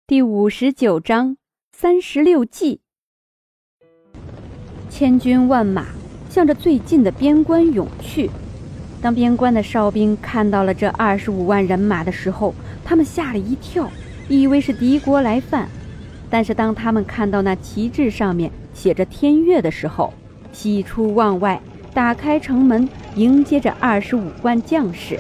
第59章36计。千军万马向着最近的边关涌去。当边关的哨兵看到了这25万人马的时候，他们吓了一跳，以为是敌国来犯。但是当他们看到那旗帜上面写着天越的时候，喜出望外，打开城门迎接着25万将士。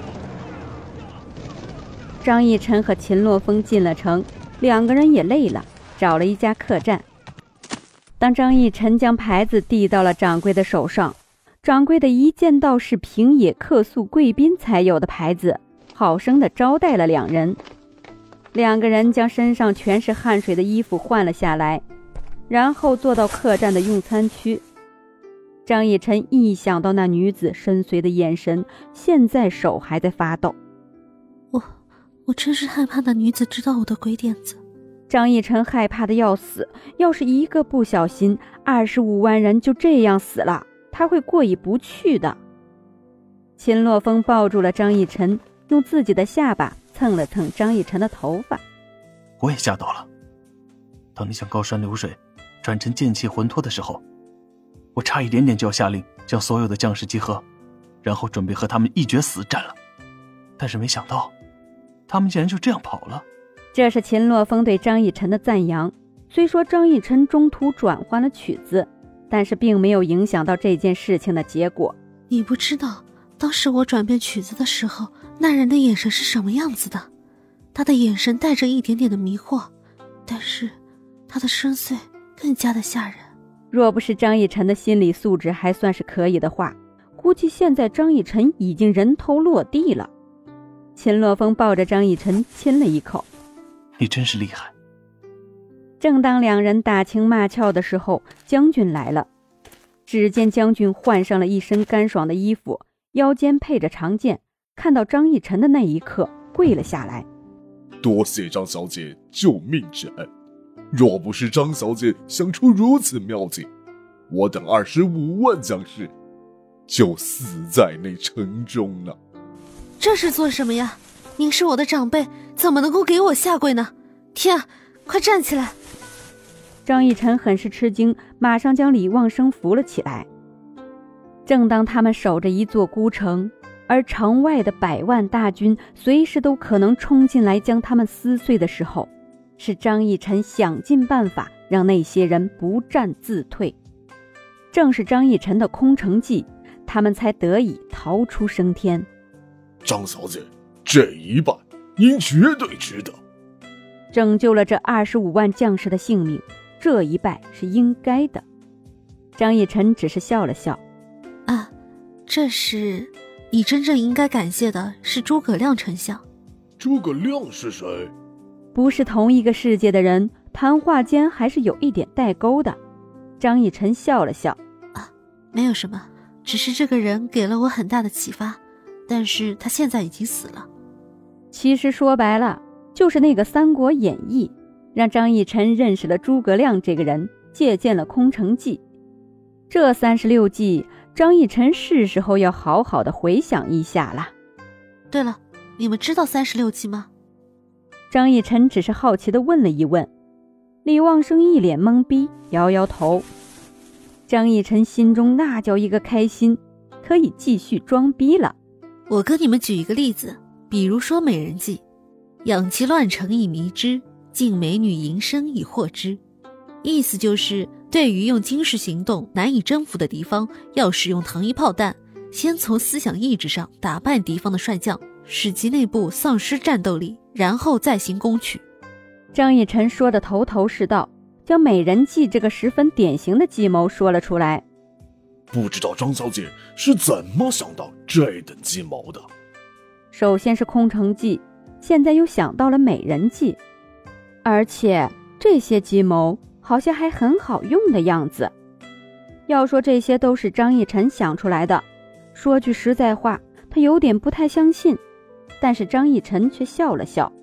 张义琛和秦洛风进了城，两个人也累了，找了一家客栈。当张义琛将牌子递到了掌柜的手上，掌柜的一见到是平野客宿贵宾才有的牌子，好生的招待了两人。两个人将身上全是汗水的衣服换了下来，然后坐到客栈的用餐区。张义琛一想到那女子深邃的眼神，现在手还在发抖。 我真是害怕那女子知道我的鬼点子。 张义琛害怕的要死，要是一个不小心，25万人就这样死了，他会过意不去的。秦洛风抱住了张义琛，用自己的下巴蹭了蹭张义琛的头发。 我也吓到了。当你向高山流水转成剑气魂脱的时候，我差一点点就要下令将所有的将士集合，然后准备和他们一决死战了。但是没想到他们竟然就这样跑了。 这是秦洛风对张义琛的赞扬。虽说张义琛中途转换了曲子，但是并没有影响到这件事情的结果。 你不知道当时我转变曲子的时候，那人的眼神是什么样子的。他的眼神带着一点点的迷惑，但是他的深邃更加的吓人。 若不是张义琛的心理素质还算是可以的话，估计现在张义琛已经人头落地了。秦洛风抱着张义琛亲了一口。 你真是厉害。 正当两人打情骂俏的时候，将军来了。只见将军换上了一身干爽的衣服，腰间配着长剑，看到张义琛的那一刻跪了下来。 多谢张小姐救命之恩，若不是张小姐想出如此妙计，我等25万将士就死在那城中了。 这是做什么呀？您是我的长辈，怎么能够给我下跪呢？天啊，快站起来！ 张义琛很是吃惊，马上将李旺生扶了起来。正当他们守着一座孤城，而城外的100万大军随时都可能冲进来将他们撕碎的时候，是张义琛想尽办法让那些人不战自退。正是张义琛的空城计，他们才得以逃出升天。 张小姐，这一败您绝对值得。 拯救了这25万将士的性命，这一败是应该的。张义琛只是笑了笑。 这是你真正应该感谢的是诸葛亮丞相。 诸葛亮是谁？ 不是同一个世界的人，谈话间还是有一点代沟的。张义琛笑了笑。 没有什么，只是这个人给了我很大的启发，但是他现在已经死了。 其实说白了，就是那个《三国演义》让张义琛认识了诸葛亮这个人，借鉴了空城计。这36计，张义琛是时候要好好的回想一下了。 对了，你们知道36计吗？ 张义琛只是好奇地问了一问。李旺生一脸懵逼，摇摇头。张义琛心中那叫一个开心，可以继续装逼了。 我跟你们举一个例子，比如说美人计，养其乱城以迷之，尽美女淫身以惑之。意思就是对于用军事行动难以征服的敌方，要使用糖衣炮弹，先从思想意志上打败敌方的帅将，使其内部丧失战斗力，然后再行攻取。 张义琛说的头头是道，将美人计这个十分典型的计谋说了出来。 不知道张小姐是怎么想到这等计谋的？ 首先是空城计，现在又想到了美人计，而且这些计谋好像还很好用的样子。要说这些都是张义琛想出来的，说句实在话，他有点不太相信。但是张义琛却笑了笑。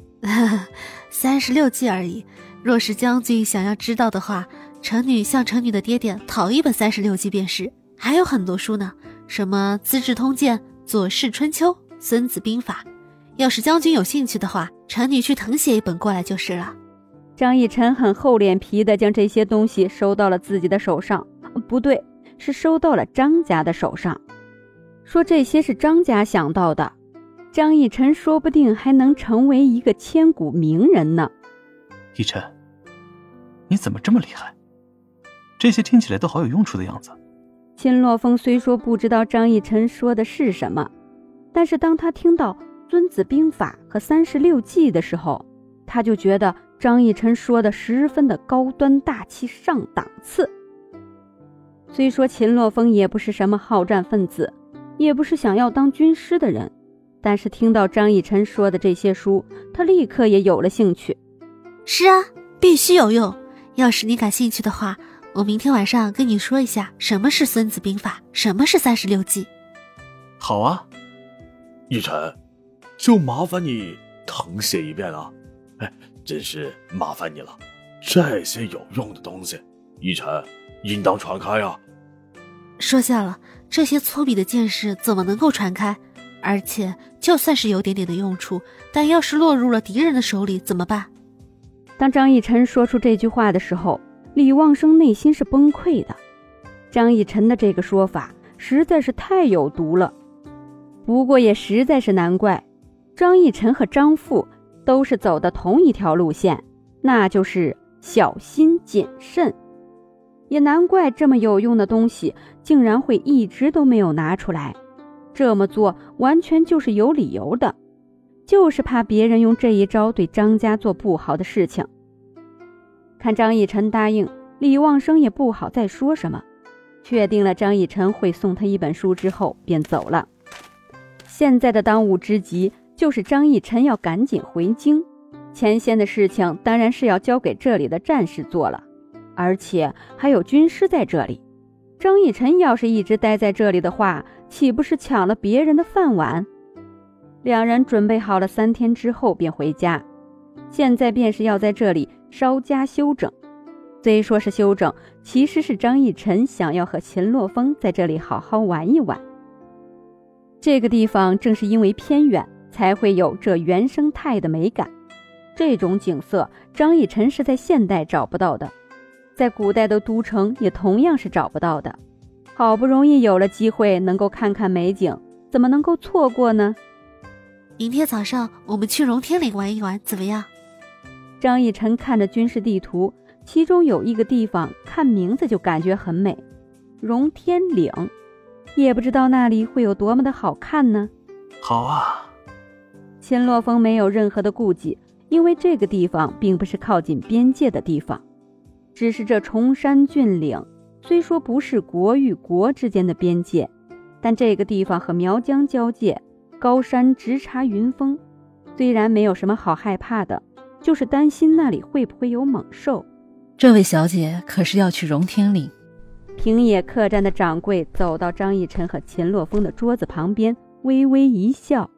36计而已，若是将军想要知道的话，臣女向臣女的爹爹讨一本36计便是，还有很多书呢，什么资治通鉴、左氏春秋、孙子兵法。要是将军有兴趣的话，臣女去誊写一本过来就是了。 张逸晨很厚脸皮地将这些东西收到了自己的手上，不对，是收到了张家的手上。说这些是张家想到的，张逸晨说不定还能成为一个千古名人呢。 逸晨，你怎么这么厉害？这些听起来都好有用处的样子。 秦洛风虽说不知道张逸晨说的是什么，但是当他听到孙子兵法和36计的时候，他就觉得张逸晨说的十分的高端大气上档次。虽说秦洛风也不是什么好战分子，也不是想要当军师的人，但是听到张逸晨说的这些书，他立刻也有了兴趣。 是啊，必须有用。要是你感兴趣的话，我明天晚上跟你说一下什么是孙子兵法，什么是36计。 好啊。 逸晨，就麻烦你誊写一遍啊。真是麻烦你了。这些有用的东西，逸晨应当传开啊。 说下了，这些粗鄙的见识怎么能够传开？而且就算是有点点的用处，但要是落入了敌人的手里怎么办？ 当张逸晨说出这句话的时候，李旺生内心是崩溃的。张逸晨的这个说法实在是太有毒了。不过也实在是难怪，张逸晨和张父都是走的同一条路线，那就是小心谨慎。也难怪这么有用的东西竟然会一直都没有拿出来，这么做完全就是有理由的，就是怕别人用这一招对张家做不好的事情。看张逸晨答应，李旺生也不好再说什么，确定了张逸晨会送他一本书之后便走了。现在的当务之急就是张逸晨要赶紧回京，前线的事情当然是要交给这里的战士做了，而且还有军师在这里。张逸晨要是一直待在这里的话，岂不是抢了别人的饭碗？两人准备好了3天之后便回家，现在便是要在这里稍加休整。虽说是休整，其实是张逸晨想要和秦洛风在这里好好玩一玩。这个地方正是因为偏远，才会有这原生态的美感。这种景色，张逸晨是在现代找不到的，在古代的都城也同样是找不到的。好不容易有了机会能够看看美景，怎么能够错过呢？ 明天早上我们去荣天岭玩一玩，怎么样？ 张逸晨看着军事地图，其中有一个地方看名字就感觉很美，荣天岭，也不知道那里会有多么的好看呢。 好啊。 秦洛风没有任何的顾忌，因为这个地方并不是靠近边界的地方，只是这崇山峻岭虽说不是国与国之间的边界，但这个地方和苗疆交界，高山直插云峰，虽然没有什么好害怕的，就是担心那里会不会有猛兽。 这位小姐可是要去荣天岭？ 平野客栈的掌柜走到张逸晨和秦洛风的桌子旁边，微微一笑。